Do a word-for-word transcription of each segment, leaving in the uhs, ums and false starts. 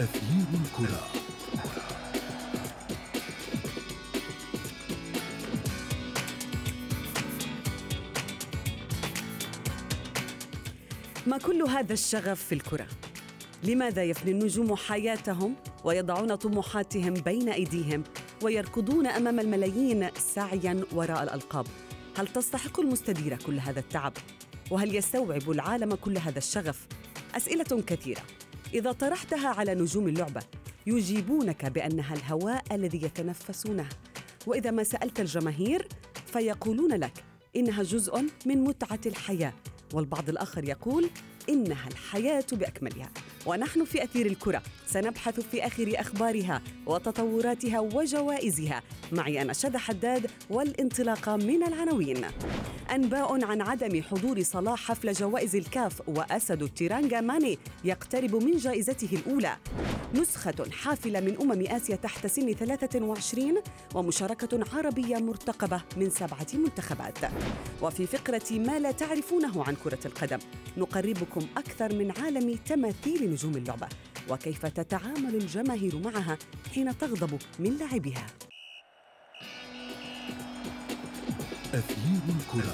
أثير الكرة. ما كل هذا الشغف في الكرة؟ لماذا يفني النجوم حياتهم ويضعون طموحاتهم بين أيديهم ويركضون أمام الملايين سعياً وراء الألقاب؟ هل تستحق المستديرة كل هذا التعب؟ وهل يستوعب العالم كل هذا الشغف؟ أسئلة كثيرة إذا طرحتها على نجوم اللعبة يجيبونك بأنها الهواء الذي يتنفسونه، وإذا ما سألت الجماهير فيقولون لك إنها جزء من متعة الحياة، والبعض الآخر يقول إنها الحياة بأكملها. ونحن في أثير الكرة سنبحث في آخر أخبارها وتطوراتها وجوائزها. معي أنا شذى حداد، والانطلاقة من العناوين. أنباء عن عدم حضور صلاح حفل جوائز الكاف، وأسد التيرانغا ماني يقترب من جائزته الأولى. نسخة حافلة من أمم آسيا تحت سن ثلاثة وعشرين، ومشاركة عربية مرتقبة من سبعة منتخبات. وفي فقرة ما لا تعرفونه عن كرة القدم نقربكم أكثر من عالم تماثيل نجوم اللعبة، وكيف تتعامل الجماهير معها حين تغضب من لاعبها. أثير الكرة.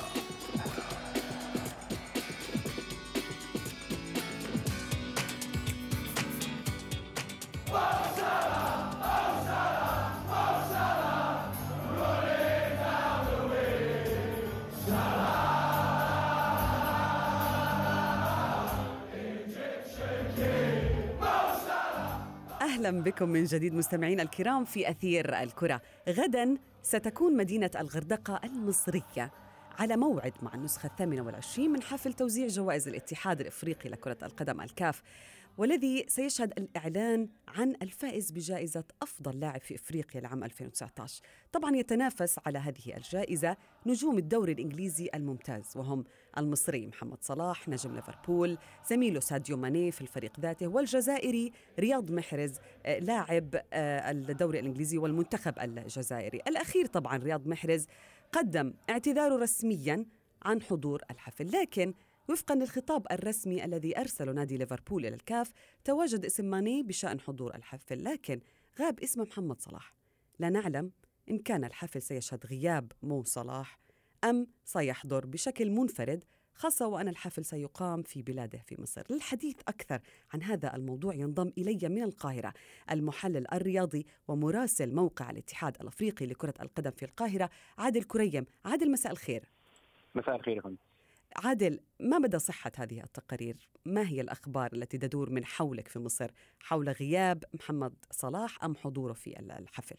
أهلا بكم من جديد مستمعين الكرام في أثير الكرة. غدا ستكون مدينة الغردقة المصرية على موعد مع النسخة الثامنة والعشرين من حفل توزيع جوائز الاتحاد الإفريقي لكرة القدم الكاف، والذي سيشهد الإعلان عن الفائز بجائزة أفضل لاعب في إفريقيا لعام ألفين وتسعة عشر. طبعا يتنافس على هذه الجائزة نجوم الدوري الإنجليزي الممتاز، وهم المصري محمد صلاح نجم ليفربول، زميله ساديو ماني في الفريق ذاته، والجزائري رياض محرز لاعب الدوري الإنجليزي والمنتخب الجزائري. الأخير طبعا رياض محرز قدم اعتذاره رسميا عن حضور الحفل، لكن وفقاً للخطاب الرسمي الذي أرسله نادي ليفربول إلى الكاف تواجد اسم ماني بشأن حضور الحفل، لكن غاب اسم محمد صلاح. لا نعلم إن كان الحفل سيشهد غياب مو صلاح أم سيحضر بشكل منفرد، خاصة وأن الحفل سيقام في بلاده في مصر. للحديث أكثر عن هذا الموضوع ينضم إلي من القاهرة المحلل الرياضي ومراسل موقع الاتحاد الأفريقي لكرة القدم في القاهرة عادل كريم. عادل، مساء الخير. مساء الخير يا فندم. عادل، ما مدى صحة هذه التقارير؟ ما هي الأخبار التي تدور من حولك في مصر حول غياب محمد صلاح أم حضوره في الحفل؟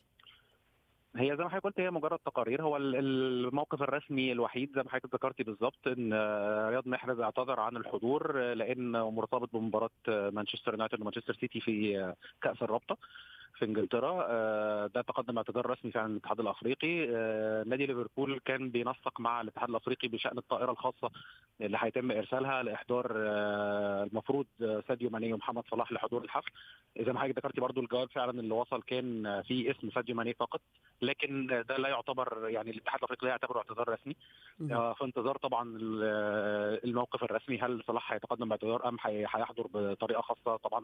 هي زي ما حضرتك قلت، هي مجرد تقارير. هو الموقف الرسمي الوحيد زي ما حضرتك ذكرتي بالظبط ان رياض محرز اعتذر عن الحضور لانه مرتبط بمباراة مانشستر يونايتد ومانشستر سيتي في كأس الرابطة في انجلترا. ده تقدم اعتذار رسمي فعلا الاتحاد الافريقي. نادي ليفربول كان بينسق مع الاتحاد الافريقي بشان الطائره الخاصه اللي هيتم ارسالها لاحضار المفروض ساديو ماني ومحمد صلاح لحضور الحفل. اذا ما حضرتك ذكرتي برضو الجواب فعلا اللي وصل كان في اسم ساديو ماني فقط، لكن ده لا يعتبر، يعني الاتحاد الافريقي لا يعتبره اعتذار رسمي. في انتظار طبعا الموقف الرسمي، هل صلاح هيتقدم باعتذار ام هيحضر بطريقه خاصه؟ طبعا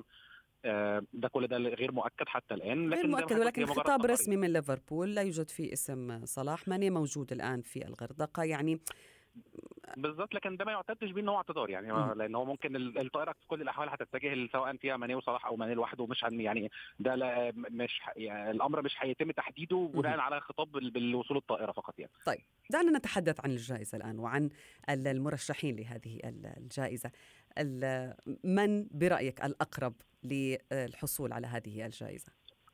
ده كل ده غير مؤكد حتى الآن، غير مؤكد، ولكن خطاب رسمي من ليفربول لا يوجد فيه اسم صلاح. ماني موجود الآن في الغردقة يعني بالضبط، لكن ده ما يعتدش بيه ان هو اعتذار، يعني م. لان هو ممكن الطائره في كل الاحوال هتتجه سواء فيها ماني وصلاح او ماني لوحده، مش يعني ده لا مش يعني الامر مش هيتم تحديده بناء على خطاب بالوصول الطائره فقط يعني. طيب دعنا نتحدث عن الجائزه الان وعن المرشحين لهذه الجائزه. من برايك الاقرب للحصول على هذه الجائزه؟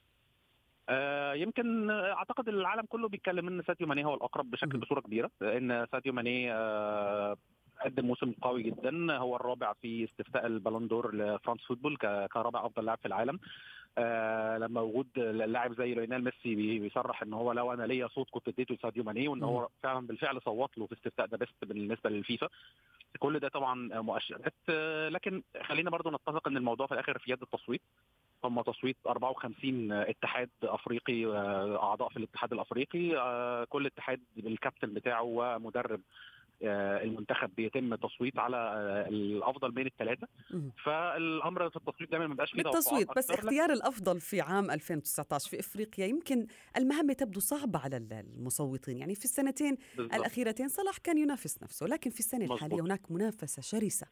آه يمكن اعتقد العالم كله بيتكلم ان ساديو ماني هو الاقرب بشكل بصوره كبيره، لان ساديو ماني آه قدم موسم قوي جدا. هو الرابع في استفتاء البالون دور لفرانس فوتبول كرابع افضل لاعب في العالم. آه لما وجود اللاعب زي ليونيل ميسي بيصرح ان هو لو انا ليا صوت كنت اديته لساديو ماني، وان هو فعلا بالفعل صوت له في استفتاء ده بيست بالنسبه للفيفا. كل ده طبعا مؤشرات، آه لكن خلينا برضو نتفق ان الموضوع في الاخر في يد التصويت. ثم تصويت أربعة وخمسين اتحاد افريقي، اعضاء في الاتحاد الافريقي، كل اتحاد بالكابتن بتاعه ومدرب المنتخب بيتم تصويت على الافضل بين الثلاثه، فالامر في التصويت دايما ما بيبقاش فيه بالتصويت بس اختيار الافضل في عام ألفين وتسعة عشر في افريقيا يمكن المهمه تبدو صعبه على المصوتين. يعني في السنتين بالضبط. الاخيرتين صلاح كان ينافس نفسه، لكن في السنه مزبوط. الحاليه هناك منافسه شرسه.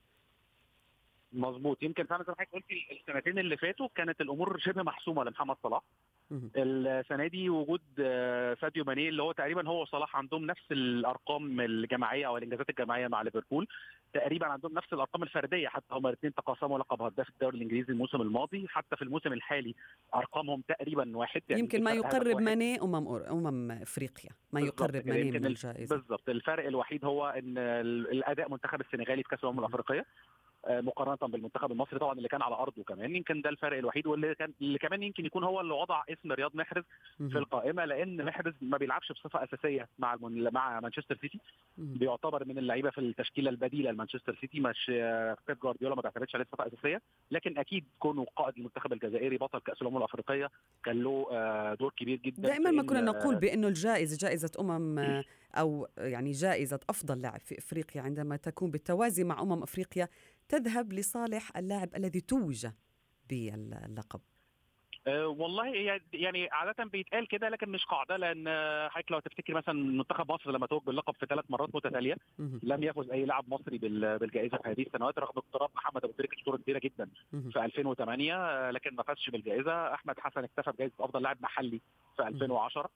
مظبوط. يمكن فعلا زي ما حضرتك قلتي السنتين اللي فاتوا كانت الامور شبه محسومه لمحمد صلاح. السنه دي وجود ساديو ماني اللي هو تقريبا هو وصلاح عندهم نفس الارقام الجماعيه او الانجازات الجماعيه مع ليفربول، تقريبا عندهم نفس الارقام الفرديه، حتى هما الاثنين تقاسموا لقب هداف الدوري الانجليزي الموسم الماضي. حتى في الموسم الحالي ارقامهم تقريبا واحد، يعني يمكن ما يقرب ماني امم امم افريقيا، ما يقرب ماني من الجائزه. بالضبط. الفرق الوحيد هو ان الاداء منتخب السنغالي في كاس الامم الافريقيه مقارنه بالمنتخب المصري طبعا اللي كان على ارضه كمان، يمكن ده الفرق الوحيد، واللي كان اللي كمان يمكن يكون هو اللي وضع اسم رياض محرز في القائمه، لان محرز ما بيلعبش بصفه اساسيه مع مع مانشستر سيتي، بيعتبر من اللعيبه في التشكيله البديله لمانشستر سيتي، مش بيب جوارديولا ما بيعتمدش عليه بصفه اساسيه، لكن اكيد كونه قائد المنتخب الجزائري بطل كاس الامم الافريقيه كان له دور كبير جدا. دائما ما كنا نقول بانه الجائزه جائزه امم او يعني جائزه افضل لاعب في افريقيا عندما تكون بالتوازي مع امم افريقيا تذهب لصالح اللاعب الذي توج باللقب. أه والله يعني عادة بيتقال كده، لكن مش قاعدة، لأن حضرتك لو تفتكر مثلا منتخب مصر لما توج باللقب في ثلاث مرات متتالية لم يفز أي لاعب مصري بالجائزة في هذه السنوات، رغم اقتراب محمد أبو تريكة صورة كبيرة جدا في ألفين وثمانية، لكن ما فازش بالجائزة. أحمد حسن اكتفى بجائزة أفضل لاعب محلي في ألفين وعشرة.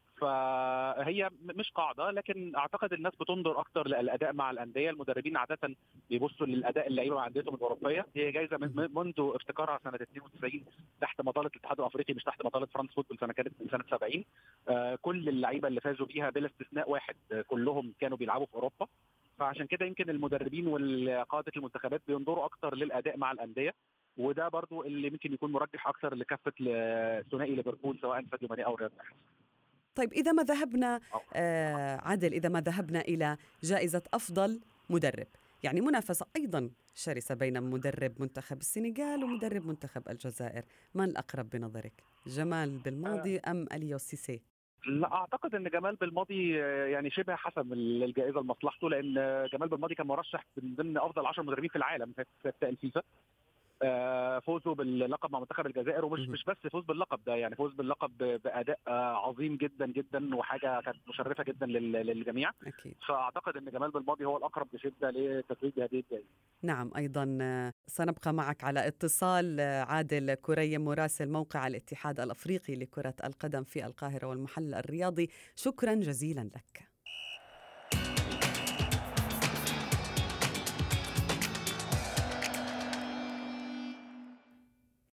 فهي مش قاعده، لكن اعتقد الناس بتنظر اكتر للاداء مع الانديه. المدربين عاده بيبصوا للاداء اللعيبه مع انديتهم الاوروبيه. هي جايزه من منذ ابتكارها سنه اثنين وتسعين تحت مظله الاتحاد الافريقي، مش تحت مظله فرانس فوتبول، سنه كانت من سنه سبعين. آه كل اللعيبه اللي فازوا بيها بلا استثناء واحد آه كلهم كانوا بيلعبوا في اوروبا، فعشان كده يمكن المدربين وقاده المنتخبات بينظروا اكتر للاداء مع الانديه، وده برضو اللي ممكن يكون مرجح اكثر لكافه ثنائي ليفربول سواء ساديو ماني او رياض محرز. طيب إذا ما ذهبنا آه عادل، إذا ما ذهبنا إلى جائزة أفضل مدرب، يعني منافسة أيضا شرسة بين مدرب منتخب السنغال ومدرب منتخب الجزائر، من الأقرب بنظرك؟ جمال بالماضي أم أليو سيسي؟ لا أعتقد أن جمال بالماضي يعني شبه حسم الجائزة لمصلحته، لأن جمال بالماضي كان مرشح من ضمن أفضل عشر مدربين في العالم في الفيفا. فوزه باللقب مع منتخب الجزائر، ومش مش بس فوز باللقب ده، يعني فوز باللقب بأداء عظيم جدا جدا، وحاجة كانت مشرفة جدا للجميع. أكيد. فأعتقد أن جمال بالماضي هو الأقرب بشدة لتتويج هذه الجائزة. نعم، أيضا سنبقى معك على اتصال. عادل كريم مراسل موقع الاتحاد الأفريقي لكرة القدم في القاهرة والمحل الرياضي، شكرا جزيلا لك.